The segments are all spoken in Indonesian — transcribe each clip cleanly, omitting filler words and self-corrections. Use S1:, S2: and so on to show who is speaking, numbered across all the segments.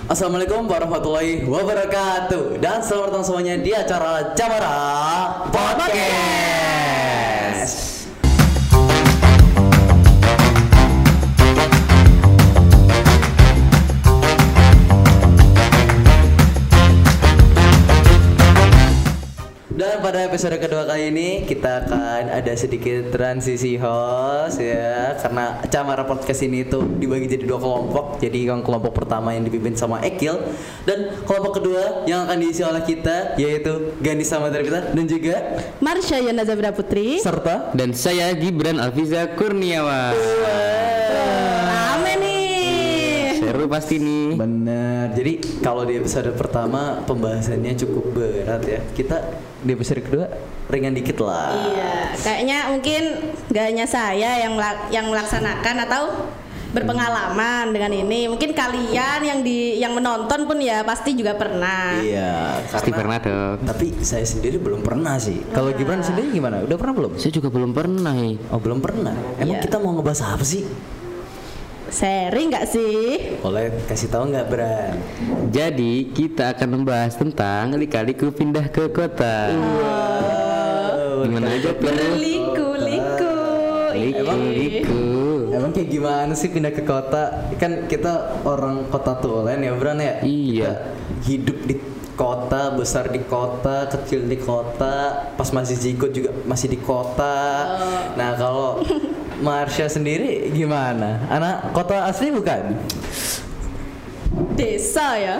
S1: Assalamualaikum warahmatullahi wabarakatuh. Dan selamat datang semuanya di acara Camara Podcast. Dan pada episode kedua kali ini kita akan ada sedikit transisi host ya, karena Camara Podcast ini tuh dibagi jadi dua kelompok. Jadi yang kelompok pertama yang dipimpin sama Ekil dan kelompok kedua yang akan diisi oleh kita yaitu Ganis Samadripita dan juga
S2: Marsha Yana Zabra Putri
S1: serta
S3: dan saya Gibran Alfiza Kurniawan.
S2: Rame nih.
S3: Seru pasti nih.
S1: bener. Jadi kalau di episode pertama pembahasannya cukup berat ya. Kita di episode kedua ringan dikit lah.
S2: Iya, kayaknya mungkin gak hanya saya yang melaksanakan atau berpengalaman dengan ini. Mungkin kalian yang menonton pun ya pasti juga pernah.
S1: Iya,
S3: Pasti pernah dong.
S1: Tapi saya sendiri belum pernah sih. Kalau Gibran sendiri gimana? Udah pernah belum?
S3: Saya juga belum pernah nih.
S1: Oh, belum pernah. Emang
S2: Iya.
S1: kita mau ngebahas apa sih?
S2: Sharing gak sih?
S1: Boleh kasih tahu nggak, Bran?
S3: Jadi kita akan membahas tentang lika-liku pindah ke kota. Gimana aja tuh?
S2: Liku.
S3: Liku.
S1: Emang kayak gimana sih pindah ke kota? Kan kita orang kota tulen ya, Bran ya?
S3: Iya.
S1: Kita hidup di kota, besar di kota, kecil di kota, pas masih jikut juga masih di kota. Nah, kalau Marsha sendiri gimana? Anak kota asli bukan?
S2: Desa ya.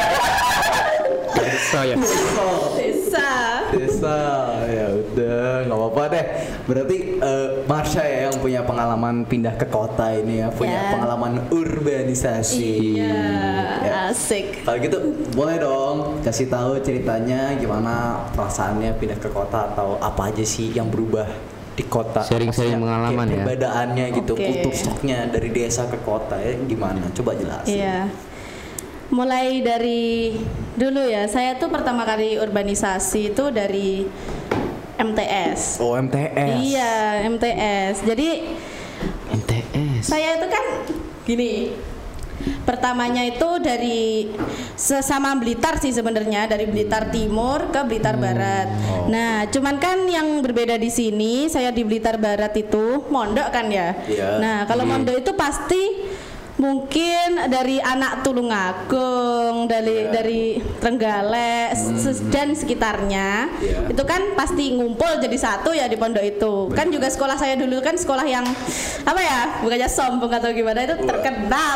S3: Saya.
S2: Desa.
S1: Ya udah, nggak apa-apa deh. Berarti Marsha ya yang punya pengalaman pindah ke kota ini ya, punya
S2: Ya.
S1: pengalaman urbanisasi.
S2: Iya,
S1: Ya.
S2: asik.
S1: Kalau gitu boleh dong kasih tahu ceritanya gimana perasaannya pindah ke kota atau apa aja sih yang berubah di kota.
S3: Sharing-sharing
S1: Maksudnya
S3: pengalaman
S1: kayak
S3: ya.
S1: Perbedaannya gitu,
S2: Oke.
S1: kultur shocknya dari desa ke kota ya gimana? Coba jelasin.
S2: Iya. Mulai dari dulu ya, saya tuh pertama kali urbanisasi itu dari MTS.
S1: Oh, MTS.
S2: Iya, MTS. Jadi
S3: MTS.
S2: saya itu kan gini. Pertamanya itu dari sesama Blitar sih sebenarnya, dari Blitar Timur ke Blitar Barat. Nah, cuman kan yang berbeda di sini, saya di Blitar Barat itu mondok kan ya.
S1: Iya.
S2: Nah, kalau mondok itu pasti mungkin dari anak Tulungagung, dari Trenggalek dan sekitarnya.
S1: Iya.
S2: Itu kan pasti ngumpul jadi satu ya di pondok itu. Kan juga sekolah saya dulu kan sekolah yang apa ya? Bukannya sombong atau gimana, itu terkenal.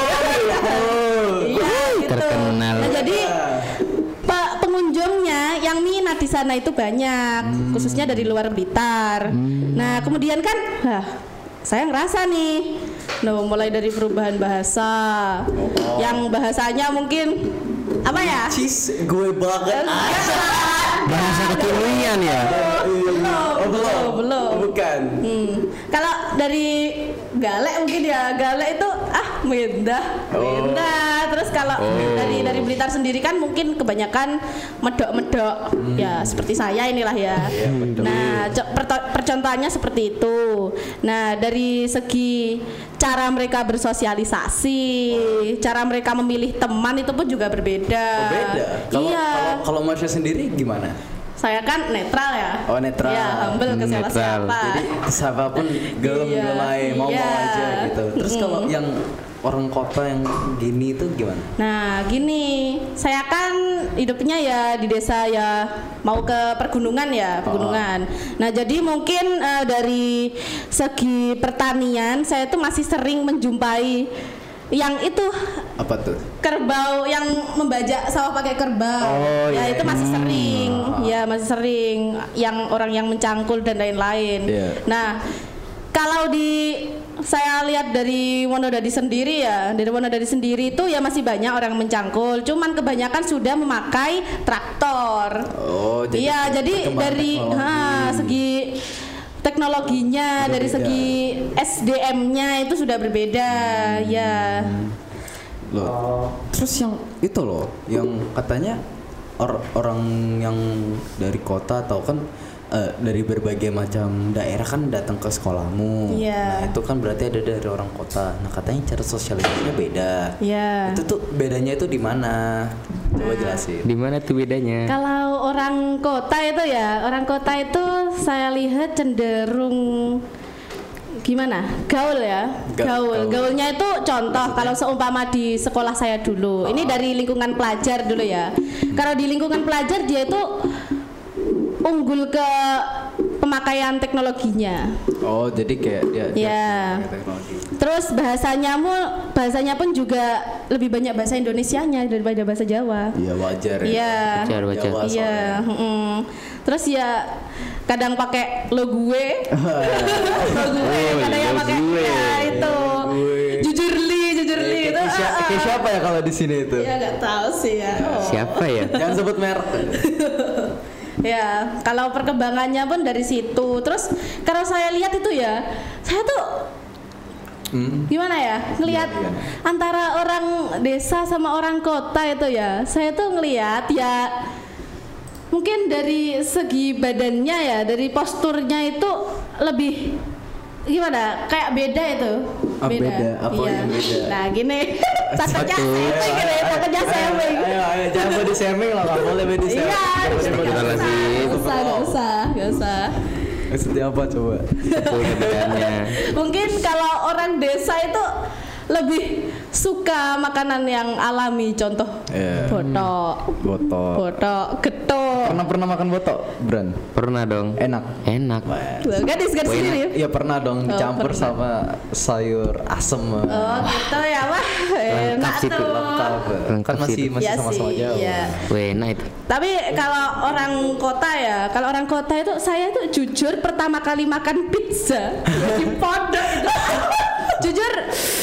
S2: Iya, gitu.
S3: Terkenal.
S2: Nah, jadi pengunjungnya yang minat di sana itu banyak, khususnya dari luar Blitar. Nah, kemudian kan saya ngerasa nih, mulai dari perubahan bahasa, yang bahasanya mungkin apa ya?
S1: Cis gue banget.
S3: Bahasa kekinian ya.
S2: Belum.
S1: Bukan.
S2: Kalau dari Galek mungkin ya, Galek itu Mendah. Terus kalau dari Blitar sendiri kan mungkin kebanyakan medok-medok. Ya seperti saya inilah ya. Nah, percontohannya seperti itu. Nah, dari segi cara mereka bersosialisasi, cara mereka memilih teman itu pun juga berbeda.
S1: Beda. Kalau
S2: Iya.
S1: kalau Marsha sendiri gimana?
S2: Saya kan netral ya.
S1: Oh, netral.
S2: Ya, humble ke
S3: Netral.
S2: siapa-siapa.
S1: Jadi siapapun gelem-gelai mau
S2: Iya.
S1: aja gitu. Terus kalau yang orang kota yang gini itu gimana?
S2: Nah, gini, saya kan hidupnya ya di desa ya, mau ke pegunungan ya, pegunungan. Nah, jadi mungkin dari segi pertanian saya tuh masih sering menjumpai yang itu
S1: Apa tuh?
S2: kerbau yang membajak sawah pakai kerbau.
S1: Oh,
S2: ya
S1: iya.
S2: itu masih sering. Ya, masih sering yang orang yang mencangkul dan lain-lain.
S1: Iya.
S2: Nah, kalau saya lihat dari Wonodadi sendiri ya, dari Wonodadi sendiri itu ya masih banyak orang mencangkul, cuman kebanyakan sudah memakai traktor.
S1: Oh,
S2: Iya, jadi
S1: perkembangan
S2: dari
S1: teknologi.
S2: segi teknologinya,
S1: Sudah
S2: dari
S1: beda.
S2: segi SDM-nya itu sudah berbeda, ya.
S1: Loh. Terus yang itu loh, yang katanya orang yang dari kota atau kan dari berbagai macam daerah kan datang ke sekolahmu.
S2: Iya.
S1: Nah, itu kan berarti ada dari orang kota. Nah, katanya cara sosialisasinya beda.
S2: Iya.
S1: Itu tuh bedanya itu di mana? Coba jelasin.
S3: Di mana tuh bedanya?
S2: Kalau orang kota itu ya, orang kota itu saya lihat cenderung gimana? Gaul ya.
S1: Gaul.
S2: Gaulnya itu contoh kalau seumpama di sekolah saya dulu. Ini dari lingkungan pelajar dulu ya. Kalau di lingkungan pelajar dia itu unggul ke pemakaian teknologinya.
S1: Oh, jadi kayak dia
S2: Ya.
S1: teknologi.
S2: Terus bahasanya pun juga lebih banyak bahasa Indonesianya daripada bahasa Jawa.
S1: Iya, wajar ya.
S2: Iya.
S3: Wajar.
S1: Jawa
S2: Iya, terus ya kadang pakai lo gue, kadang yang pakai ya itu jujur li itu.
S1: Kayak siapa ya kalau di sini itu?
S2: Ya nggak tahu sih ya.
S3: Siapa ya?
S1: Jangan sebut merek.
S2: Ya, kalau perkembangannya pun dari situ. Terus kalau saya lihat itu ya, saya tuh gimana ya ngelihat antara orang desa sama orang kota itu ya, saya tuh ngelihat ya mungkin dari segi badannya ya, dari posturnya itu lebih gimana kayak beda itu.
S1: Beda. Apa
S2: Iya.
S1: yang beda?
S2: Nah gini takutnya shaming gini, takutnya shaming.
S1: Ayo, jangan body shaming lah, nggak boleh body shaming.
S2: Iya,
S3: Astagfirullahaladzim.
S2: gak usah.
S1: Maksudnya apa coba?
S3: Itu bedanya.
S2: Mungkin kalau orang desa itu lebih suka makanan yang alami, contoh
S1: Iya.
S2: botok, getuk.
S1: Pernah makan botok, Bran?
S3: Pernah dong.
S1: Enak.
S3: Enak.
S2: Gadis sendiri.
S1: Iya pernah dong, dicampur
S2: pernah.
S1: sama sayur asem.
S2: Oh gitu ya, wah enak
S3: situ,
S2: tuh.
S1: Lengkap. Kan masih
S2: Iya
S1: sama-sama
S2: sih,
S1: jauh.
S2: iya.
S3: Wah, enak itu.
S2: Tapi kalau orang kota ya, kalau orang kota itu saya tuh jujur pertama kali makan pizza di pondok itu. Jujur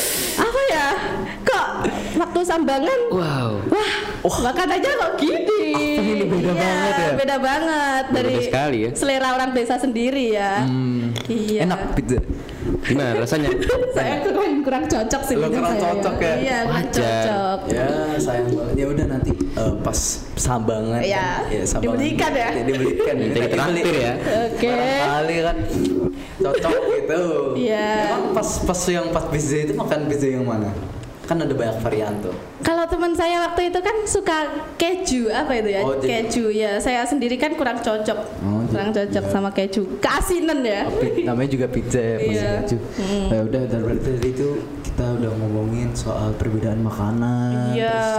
S2: apa ya? Kok waktu sambangan
S3: Wow.
S2: wah, makan aja kok gini.
S1: ini beda banget ya?
S2: Beda banget dari
S3: Berbeda sekali ya.
S2: selera orang desa sendiri ya. Iya.
S1: Enak pizza.
S3: Gimana rasanya?
S2: Saya kurang cocok sih.
S1: Lo
S2: lidah
S1: kurang
S2: saya
S1: cocok ya?
S2: Iya, kurang
S3: Wajar.
S2: cocok.
S1: Ya sayang banget. Ya udah nanti pas sambangan.
S2: Iya,
S1: sambangan.
S2: dibelikan ya?
S1: Dibelikan.
S3: Jadi traktir ya.
S2: Oke.
S1: Barangkali kan cocok gitu.
S2: Iya.
S1: Emang pas pizza itu makan pizza yang mana? Kan ada banyak varian tuh.
S2: Kalau teman saya waktu itu kan suka keju, apa itu ya?
S1: Oh, jadi-
S2: Keju ya. Saya sendiri kan kurang cocok.
S1: Oh,
S2: Kurang cocok sama keju. Keasinan ya.
S1: Namanya juga pizza ya, pasti
S2: Iya.
S1: keju. Ya udah dari itu kita udah ngomongin soal perbedaan makanan,
S2: Iya.
S1: terus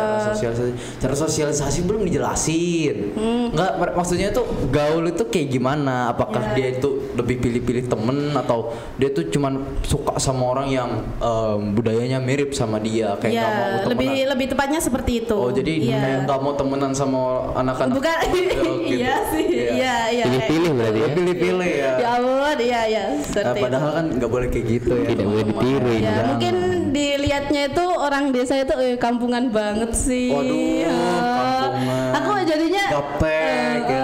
S1: cara sosialisasi belum dijelasin. Enggak, maksudnya tuh gaul itu kayak gimana? Apakah
S2: Iya.
S1: dia itu lebih pilih-pilih temen atau dia tuh cuman suka sama orang yang budayanya mirip sama dia, kayak nggak mau
S2: Ya,
S1: temenan?
S2: lebih tepatnya seperti itu.
S1: Oh jadi
S2: Iya.
S1: kayak nggak mau temenan sama anak-anak?
S2: Bukan,
S1: gitu.
S2: iya sih, iya.
S3: Pilih-pilih berarti ya.
S1: Pilih-pilih ya.
S2: Ya ampun, iya,
S1: Nah,
S2: seperti itu.
S1: padahal kan nggak boleh kayak gitu ya.
S3: Tidak boleh ditiru
S2: Ya,
S3: ini.
S2: mungkin dilihatnya itu orang desa itu kampungan banget sih.
S1: Waduh, kampungan.
S2: Aku jadinya
S1: Gaptek, ya.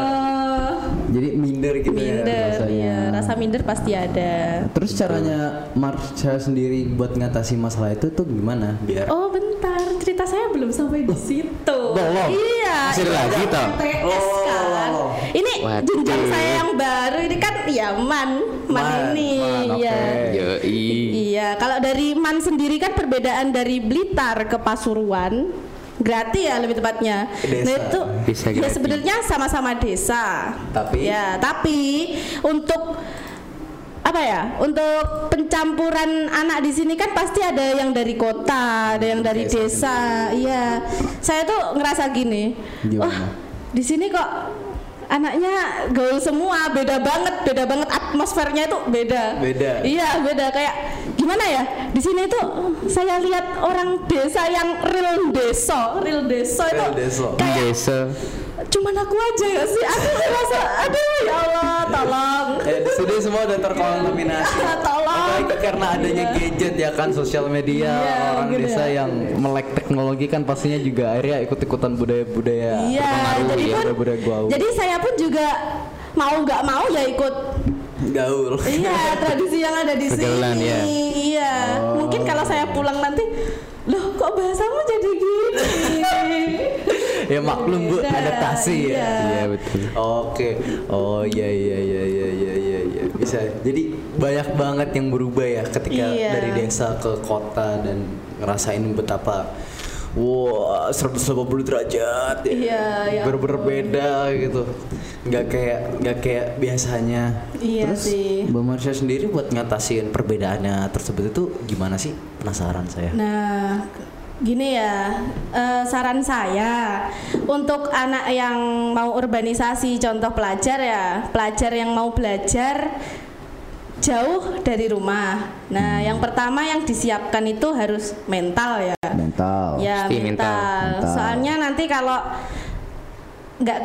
S1: Jadi minder gitu ya
S2: minder,
S1: rasanya.
S2: iya, rasa minder pasti ada.
S1: Terus caranya Marsha sendiri buat ngatasi masalah itu tuh gimana biar
S2: Oh bentar, cerita saya belum sampai di situ.
S1: belum?
S2: Iya.
S3: Masih ada lagi toh?
S2: TS kan. Ini
S3: Waduh.
S2: jenjang saya yang baru ini kan ya man ini
S1: Man,
S2: ya.
S1: oke.
S3: Yoi.
S2: Iya, kalau dari Man sendiri kan perbedaan dari Blitar ke Pasuruan. Grati ya lebih tepatnya.
S1: Desa.
S2: Nah itu
S3: Desa
S2: ya
S3: Grati.
S2: sebenarnya sama-sama desa.
S1: Tapi?
S2: Ya, tapi untuk apa ya? Untuk pencampuran anak di sini kan pasti ada yang dari kota, ada yang dari desa. Iya. Saya tuh ngerasa gini.
S1: Gimana?
S2: Wah, di sini kok anaknya gaul semua, beda banget atmosfernya itu beda.
S1: Beda.
S2: Iya, beda kayak gimana ya? Di sini tuh saya lihat orang desa yang real desa itu
S1: Real desa.
S2: kayak
S3: Desa.
S2: cuman aku aja ya sih. Aku merasa aduh ya Allah, tolong.
S1: di sini semua udah terkontaminasi.
S2: Tolong.
S1: Apalagi karena adanya gadget ya kan, sosial media,
S2: Iya,
S1: orang
S2: gitu
S1: desa
S2: ya.
S1: yang melek teknologi kan pastinya juga akhirnya ikut-ikutan budaya-budaya.
S2: Iya, jadi
S1: ya,
S2: pun
S1: budaya gaul.
S2: jadi saya pun juga mau nggak mau ya ikut.
S1: Gaul.
S2: Iya, tradisi yang ada di
S3: Pergaulan,
S2: sini.
S3: ya.
S2: Iya. Mungkin kalau saya pulang nanti, loh kok bahasamu jadi gini?
S1: Ya maklum Bu,
S2: Beda,
S1: adaptasi ya.
S2: iya.
S3: Iya betul.
S1: Oke. Oh iya. Bisa. Jadi banyak banget yang berubah ya ketika
S2: Iya.
S1: dari desa ke kota dan ngerasain betapa 180 derajat ya.
S2: Iya, ya
S1: Bener-bener
S2: ampun.
S1: beda gitu. Nggak kayak biasanya.
S2: Iya
S1: Terus
S2: sih.
S1: Mbak Marsha sendiri buat ngatasin perbedaannya tersebut itu gimana sih? Penasaran saya.
S2: Nah, gini ya, saran saya untuk anak yang mau urbanisasi, contoh pelajar ya, pelajar yang mau belajar jauh dari rumah. Nah, yang pertama yang disiapkan itu harus mental ya.
S4: Mental.
S2: Ya,
S3: Pasti
S2: mental.
S4: mental.
S2: Soalnya nanti kalau nggak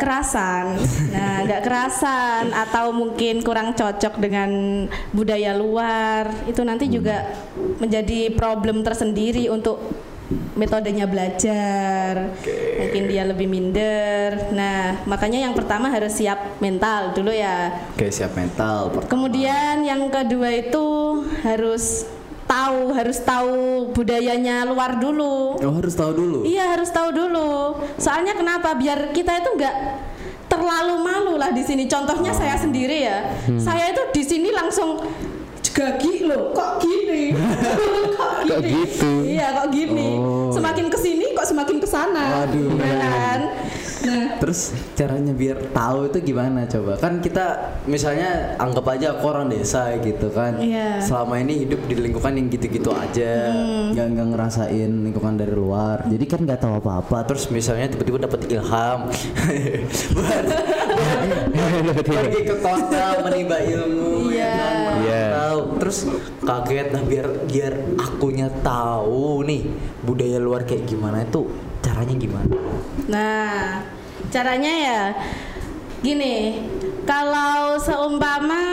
S2: kerasan atau mungkin kurang cocok dengan budaya luar, itu nanti juga menjadi problem tersendiri untuk metodenya belajar. Mungkin dia lebih minder. Nah, makanya yang pertama harus siap mental dulu ya.
S1: Oke, siap mental.
S2: Kemudian yang kedua itu harus tahu budayanya luar dulu.
S1: Oh, harus tahu dulu.
S2: Iya, harus tahu dulu. Soalnya kenapa? Biar kita itu nggak terlalu malu lah di sini. Contohnya saya sendiri ya. Saya itu di sini langsung gagi loh. Kok gini?
S3: Kok gitu?
S2: Iya, kok gini. Semakin kesini kok semakin kesana.
S1: Waduh.
S2: Ya kan? Nah,
S1: Terus caranya biar tahu itu gimana coba? Kan kita misalnya anggap aja aku orang desa gitu kan.
S2: Iya.
S1: Selama ini hidup di lingkungan yang gitu-gitu aja, nggak ngerasain lingkungan dari luar. Jadi kan nggak tahu apa-apa. Terus misalnya tiba-tiba dapat ilham buat pergi ke kota menimba ilmu,
S2: Iya.
S1: ya kan?
S3: Iya.
S1: Tahu. Terus kaget. Nah biar akunya tahu nih budaya luar kayak gimana itu caranya gimana?
S2: Nah, caranya ya gini, kalau seumpama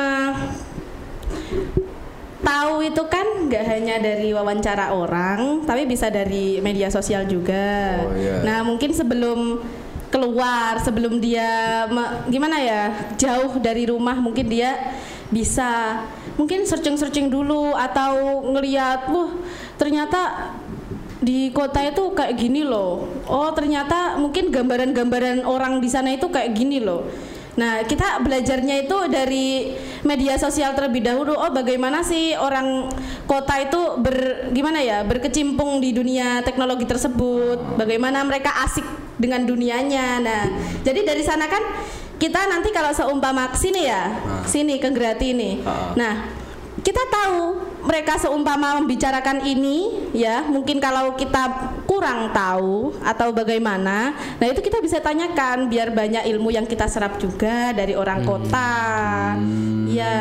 S2: tahu itu kan nggak hanya dari wawancara orang, tapi bisa dari media sosial juga.
S1: Oh, iya.
S2: Nah, mungkin sebelum keluar, sebelum dia gimana ya, jauh dari rumah, mungkin dia bisa mungkin searching dulu atau ngeliat, wah ternyata di kota itu kayak gini loh. Oh ternyata mungkin gambaran-gambaran orang di sana itu kayak gini loh. Nah kita belajarnya itu dari media sosial terlebih dahulu. Oh bagaimana sih orang kota itu gimana ya, berkecimpung di dunia teknologi tersebut. Bagaimana mereka asik dengan dunianya. Nah jadi dari sana kan kita nanti kalau seumpama sini ya, sini ke Grati nih. Nah kita tahu mereka seumpama membicarakan ini ya, mungkin kalau kita kurang tahu atau bagaimana, nah itu kita bisa tanyakan biar banyak ilmu yang kita serap juga dari orang kota. Ya.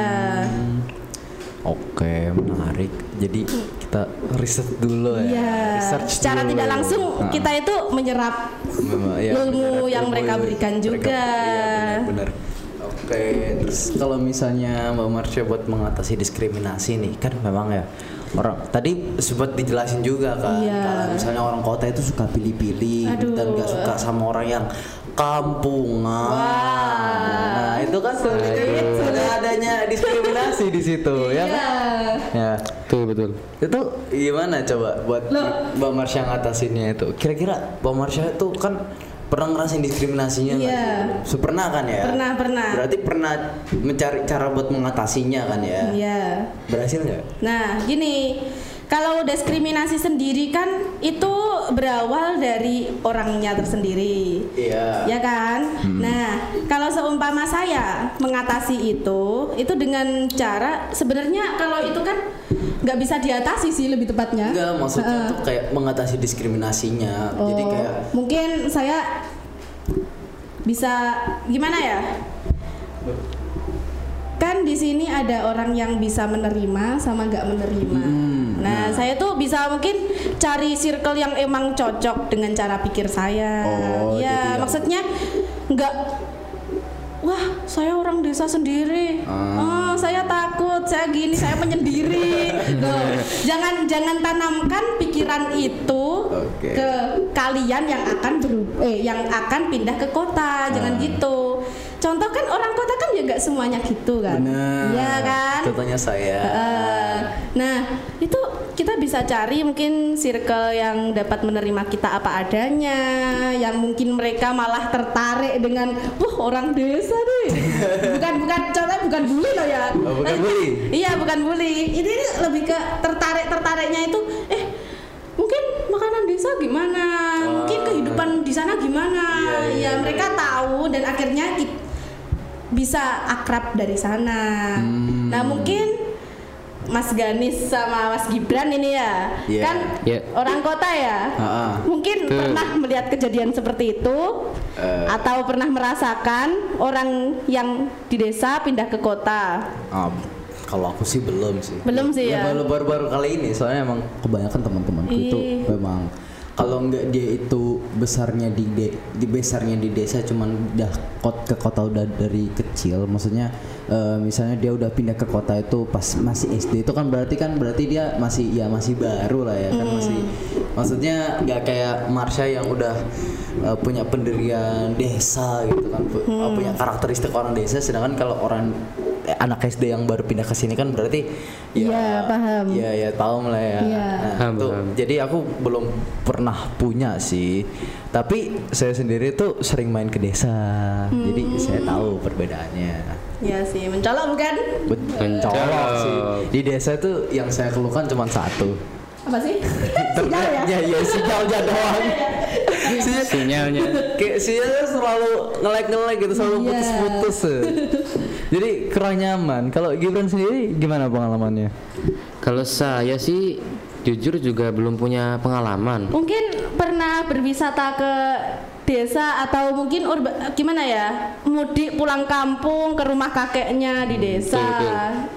S1: Oke, menarik. Jadi kita riset dulu ya.
S2: Iya.
S1: Research
S2: Secara
S1: dulu.
S2: tidak langsung
S1: Nah,
S2: kita itu menyerap
S1: iya,
S2: ilmu
S1: menyerap
S2: yang
S1: ilmu
S2: mereka berikan juga.
S1: Iya, benar. Oke, terus kalau misalnya Mbak Marsha buat mengatasi diskriminasi nih, kan memang ya orang tadi sempat dijelasin juga kan,
S2: Iya.
S1: kalau misalnya orang kota itu suka pilih-pilih
S2: Aduh.
S1: dan nggak suka sama orang yang kampungan. Nah itu kan sudah adanya diskriminasi di situ, ya kan? Ya.
S3: Betul.
S1: Itu gimana coba buat Mbak Marsha ngatasinnya itu? Kira-kira Mbak Marsha itu kan pernah ngerasain diskriminasinya nggak
S2: Iya.
S1: sih? Pernah kan ya?
S2: Pernah.
S1: Berarti pernah mencari cara buat mengatasinya kan ya?
S2: Iya.
S1: Berhasil nggak?
S2: Nah, gini, kalau diskriminasi sendiri kan itu berawal dari orangnya tersendiri.
S1: Iya.
S2: Ya kan? Nah, kalau seumpama saya mengatasi itu dengan cara sebenarnya kalau itu kan nggak bisa diatasi sih lebih tepatnya.
S1: Enggak, maksudnya tuh kayak mengatasi diskriminasinya. Jadi
S2: Oh,
S1: kayak
S2: mungkin saya bisa gimana ya? Kan di sini ada orang yang bisa menerima sama nggak menerima. Nah, saya tuh bisa mungkin cari circle yang emang cocok dengan cara pikir saya.
S1: Oh, jadi
S2: Ya,
S1: yang-
S2: maksudnya nggak, wah saya orang desa sendiri, oh saya takut, saya gini, saya menyendiri. Loh, jangan tanamkan pikiran itu
S1: Oke.
S2: ke kalian yang akan pindah ke kota, jangan gitu. Contoh kan orang kota kan juga semuanya gitu kan,
S1: benar.
S2: iya kan.
S1: Contohnya saya.
S2: Nah itu kita bisa cari mungkin circle yang dapat menerima kita apa adanya, yang mungkin mereka malah tertarik dengan orang desa deh. bukan contohnya bukan bully loh ya.
S1: Bukan bully.
S2: Iya, bukan bully. Ini lebih ke tertariknya itu mungkin makanan desa gimana, mungkin kehidupan di sana gimana. Ya mereka tahu dan akhirnya bisa akrab dari sana. Nah, mungkin Mas Ganis sama Mas Gibran ini ya, kan orang kota ya. Mungkin pernah melihat kejadian seperti itu atau pernah merasakan orang yang di desa pindah ke kota.
S1: Kalau aku sih belum sih.
S2: Belum sih ya.
S1: Baru-baru kali ini, soalnya emang kebanyakan teman-temanku itu memang kalau nggak dia itu besarnya di desa cuman udah ke kota udah dari kecil, maksudnya misalnya dia udah pindah ke kota itu pas masih SD, itu kan berarti dia masih baru lah ya kan, masih maksudnya nggak kayak Marsha yang udah punya pendirian desa gitu kan, punya karakteristik orang desa, sedangkan kalau anak SD yang baru pindah ke sini kan berarti
S2: paham.
S1: Ya tahu lah ya. Nah, jadi aku belum pernah punya sih. Tapi saya sendiri tuh sering main ke desa. Jadi saya tahu perbedaannya.
S2: Ya sih, mencolok bukan?
S1: Mencolok sih. Di desa tuh yang saya keluhkan cuma satu.
S2: Apa sih? Sinyal ya?
S1: Ya sinyalnya doang.
S3: Sinyalnya.
S1: Kayak sinyalnya selalu nge-lag gitu, selalu putus-putus. Jadi kurang nyaman. Kalau Gibran sendiri gimana pengalamannya?
S3: Kalau saya sih jujur juga belum punya pengalaman.
S2: Mungkin pernah berwisata ke desa atau mungkin gimana ya? Mudik pulang kampung ke rumah kakeknya di desa.
S3: Betul.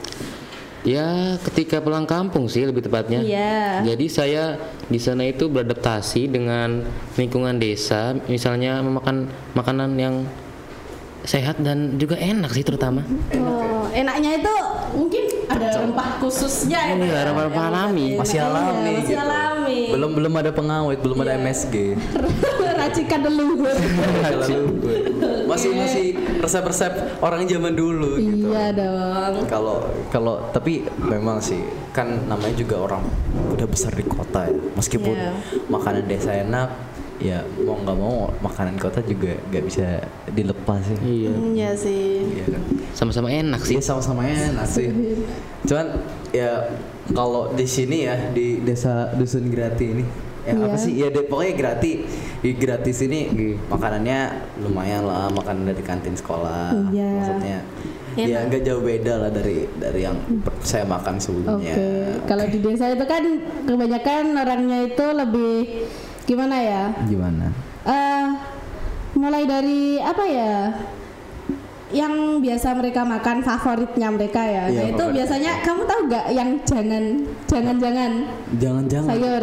S3: Ya, ketika pulang kampung sih lebih tepatnya. Jadi saya di sana itu beradaptasi dengan lingkungan desa, misalnya memakan makanan yang sehat dan juga enak sih terutama.
S2: Enaknya itu mungkin ada rempah khususnya
S3: ya. Rempah alami.
S1: Masih alami.
S2: Masih alami.
S1: Belum ada pengawet, belum ada MSG.
S2: Racikan leluhur.
S1: Masih resep-resep orang zaman dulu gitu.
S2: Iya dong.
S1: Kalau tapi memang sih kan namanya juga orang udah besar di kota ya. Meskipun makanan desa enak, ya mau nggak mau makanan kota juga nggak bisa dilepas sih.
S2: Iya sih.
S1: Iya kan.
S3: Sama-sama enak sih.
S1: Iya sama-sama enak sih. Cuman ya kalau di sini ya di desa Dusun Grati ini apa sih ya pokoknya gratis ini makanannya lumayan lah, makanan dari kantin sekolah. Maksudnya ya nggak jauh beda lah dari yang saya makan sebelumnya.
S2: Kalau di desa itu kan kebanyakan orangnya itu lebih gimana ya?
S1: Gimana?
S2: Mulai dari apa ya? Yang biasa mereka makan favoritnya mereka ya. Nah itu biasanya kamu tahu nggak yang jangan sayur.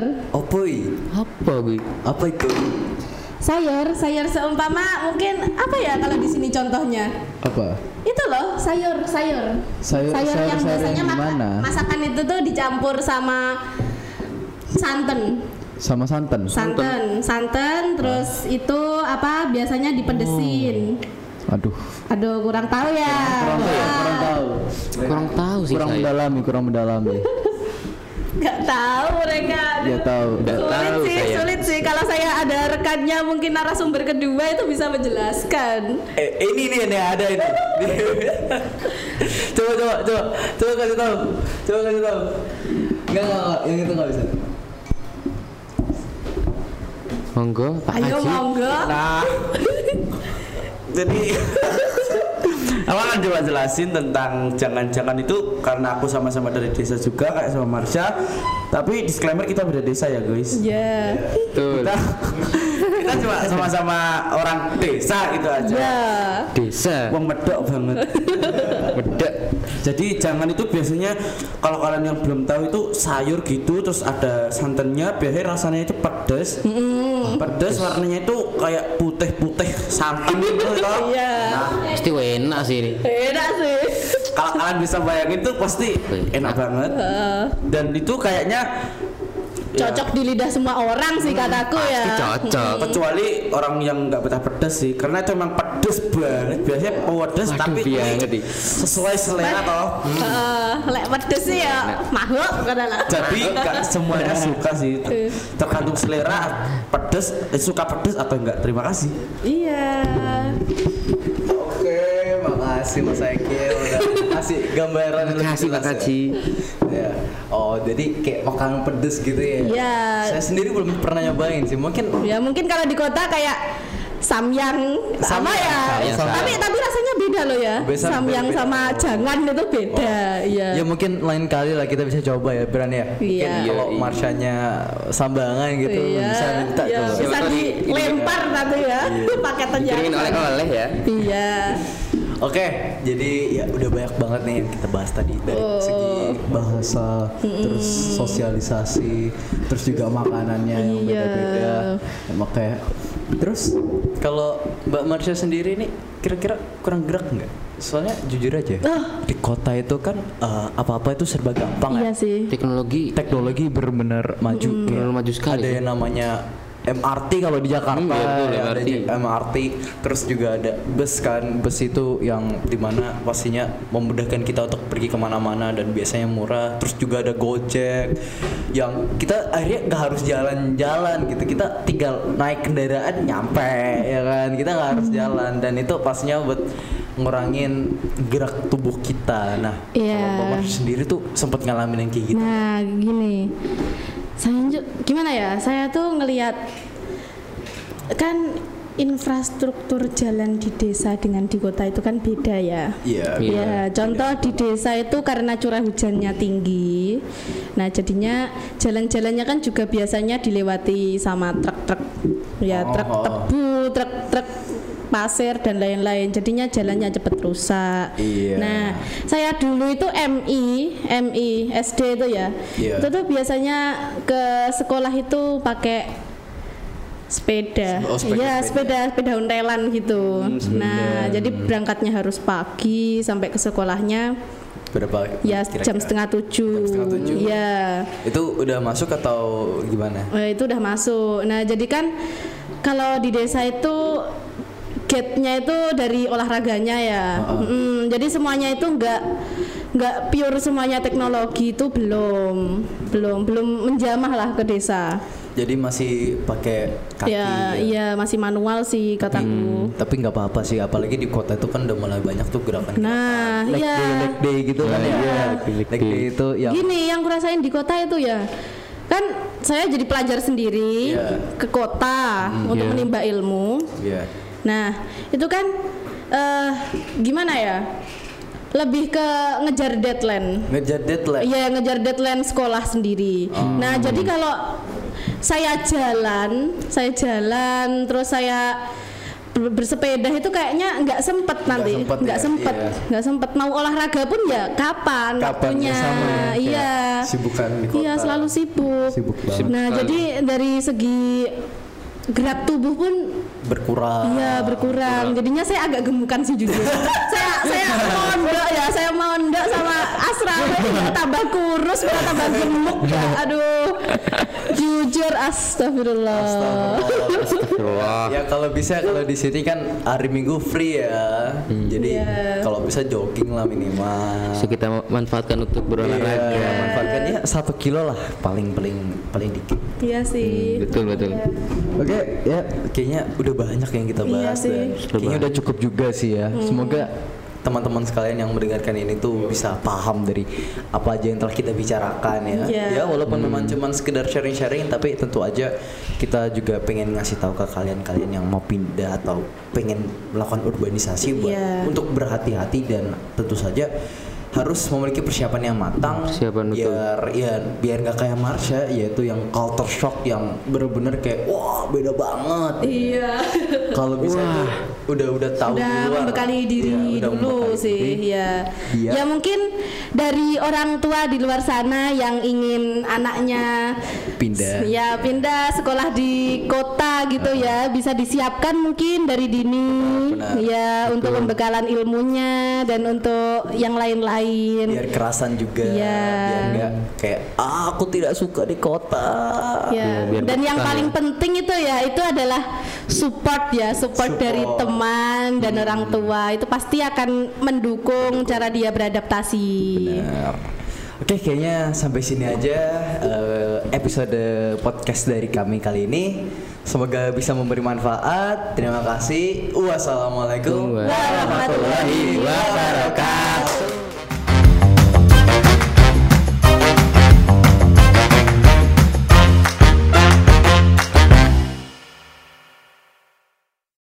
S1: Apa itu?
S2: Sayur seumpama mungkin apa ya kalau di sini contohnya?
S1: Apa?
S2: Itu loh sayur yang biasanya masakan itu tuh dicampur sama santan.
S1: Sama santan terus itu apa biasanya dipedesin. Aduh kurang tahu ya.
S3: Kurang tahu sih.
S1: Kurang mendalami.
S2: Gak tahu mereka. Sulit sih kalau saya ada rekannya mungkin narasumber kedua itu bisa menjelaskan.
S1: Ini nih ada ini. Coba kasih tahu. Enggak, yang itu enggak bisa.
S3: Monggo, Pak Haji.
S2: Ayo monggo.
S4: Nah, jadi aku akan coba jelasin tentang jangan-jangan itu karena aku sama-sama dari desa juga kayak sama Marsha. Tapi disclaimer kita beda desa ya guys.
S2: Iya.
S3: Betul.
S4: Kita cuma sama-sama orang desa gitu aja.
S3: Desa.
S4: Wong medok banget.
S3: Medok.
S4: Jadi jangan itu biasanya kalau kalian yang belum tahu itu sayur gitu terus ada santannya, biasanya rasanya itu pedas. Pedas warnanya itu kayak putih-putih santan gitu toh.
S2: Iya.
S4: Nah,
S3: Pasti enak sih ini.
S2: Enak sih.
S4: kalau kalian bisa bayangin tuh pasti enak banget. Dan itu kayaknya
S2: cocok di lidah semua orang sih kataku ya.
S3: Cocok.
S4: Kecuali orang yang nggak betah pedas sih, karena itu emang pedes banget. Biasanya pedes tapi sesuai selera toh.
S2: Lek pedes sih ya mahuk katalah.
S4: Jadi nggak semuanya suka sih, tergantung selera. Pedes, suka pedes atau enggak. Terima kasih.
S2: Iya.
S1: Oke, makasih Mas Ekil udah kasih gambaran yang lebih jelas ya. Oh, jadi kayak makanan pedes gitu ya?
S2: Iya.
S1: Saya sendiri belum pernah nyobain sih. Mungkin
S2: kalau di kota kayak samyang sama ya. Tapi rasanya beda loh ya. Samyang sama jangan itu beda. Iya.
S1: Ya mungkin lain kali lah kita bisa coba ya, Bran ya. Mungkin kalau Marsyanya sambangan gitu bisa minta coba.
S2: Bisa dilempar nanti ya. Paketannya.
S3: Dikirimin oleh-oleh ya.
S2: Iya.
S1: Oke, jadi ya udah banyak banget nih yang kita bahas tadi dari segi bahasa, terus sosialisasi, terus juga makanannya yang beda-beda. Makanya terus kalau Mbak Marsha sendiri nih kira-kira kurang gerak nggak? Soalnya jujur aja di kota itu kan apa-apa itu serba gampang
S2: ya.
S1: Sih. Teknologi benar-benar maju.
S3: Maju sekali.
S1: Ada yang namanya MRT kalau di Jakarta, ada MRT, terus juga ada bus kan, bus itu yang dimana pastinya memudahkan kita untuk pergi kemana-mana dan biasanya murah. Terus juga ada Gojek yang kita akhirnya nggak harus jalan-jalan gitu, kita tinggal naik kendaraan nyampe ya kan, kita nggak harus jalan dan itu pastinya buat ngurangin gerak tubuh kita. Nah, kalau Bapak sendiri tuh sempat ngalamin yang kayak gitu?
S2: Nah, gini. Gimana ya? Saya tuh ngelihat kan infrastruktur jalan di desa dengan di kota itu kan beda ya. Iya. Contoh di desa itu karena curah hujannya tinggi. Nah, jadinya jalan-jalannya kan juga biasanya dilewati sama truk-truk. Ya, truk tebu, truk pasir dan lain-lain. Jadinya jalannya cepat rusak. Nah, saya dulu itu MI SD itu ya. Itu tuh biasanya ke sekolah itu pakai sepeda. Sepeda ontelan gitu. Nah, jadi berangkatnya harus pagi sampai ke sekolahnya
S1: berapa?
S2: Ya, jam 6:30. Iya.
S1: Itu udah masuk atau gimana?
S2: Itu udah masuk. Nah, jadi kan kalau di desa itu gate-nya itu dari olahraganya ya. Jadi semuanya itu nggak pure semuanya teknologi itu belum menjamah lah ke desa.
S1: Jadi masih pakai kaki.
S2: Iya, masih manual sih kataku.
S1: Tapi nggak apa-apa sih, apalagi di kota itu kan udah mulai banyak tuh gerakan.
S2: Nah,
S1: leg day gitu kan ya. Leg day itu yang
S2: gini yang kurasain di kota itu ya. Kan saya jadi pelajar sendiri ke kota untuk menimba ilmu. Nah, itu kan gimana ya? Lebih ke ngejar deadline. Iya, ngejar deadline sekolah sendiri. Nah, jadi kalau saya jalan terus saya bersepeda itu kayaknya nggak sempet nanti, nggak sempet mau olahraga pun ya kapan waktunya. Iya.
S1: Sibukan di kota.
S2: Iya, selalu sibuk banget. Nah, jadi dari segi gerak tubuh pun
S1: berkurang.
S2: Iya, berkurang. Jadinya saya agak gemukan sih jujur. saya mondok sama asrama tambah kurus, tambah gemuk ya. Aduh. Jujur astagfirullah.
S1: Ya kalau bisa, kalau di sini kan hari Minggu free ya. Jadi kalau bisa jogging lah minimal.
S3: So kita manfaatkan untuk berolahraga.
S1: Manfaatkannya 1 kilo lah paling dikit.
S2: Iya sih.
S3: Betul.
S1: Oke, ya kayaknya udah banyak yang kita bahas dan kayaknya udah cukup juga sih ya. Semoga teman-teman sekalian yang mendengarkan ini tuh bisa paham dari apa aja yang telah kita bicarakan ya. Ya walaupun memang cuma sekedar sharing-sharing, tapi tentu aja kita juga pengen ngasih tahu ke kalian yang mau pindah atau pengen melakukan urbanisasi buat untuk berhati-hati dan tentu saja harus memiliki persiapan yang matang biar nggak kayak Marsha, yaitu yang culture shock yang bener-bener kayak wah beda banget.
S2: Iya.
S1: Kalau bisa udah tahu
S2: udah membekali diri dulu sih ya. Ya mungkin dari orang tua di luar sana yang ingin anaknya pindah sekolah di kota gitu ya, bisa disiapkan mungkin dari dini ya. Betul. Untuk pembekalan ilmunya dan untuk yang lain-lain,
S1: biar kerasan juga biar enggak kayak aku tidak suka di kota
S2: ya. Dan yang paling penting itu ya, itu adalah support dari teman dan orang tua, itu pasti akan mendukung cara dia beradaptasi.
S1: Benar. Oke, kayaknya sampai sini aja episode podcast dari kami kali ini. Semoga bisa memberi manfaat. Terima kasih. Wassalamualaikum warahmatullahi wabarakatuh.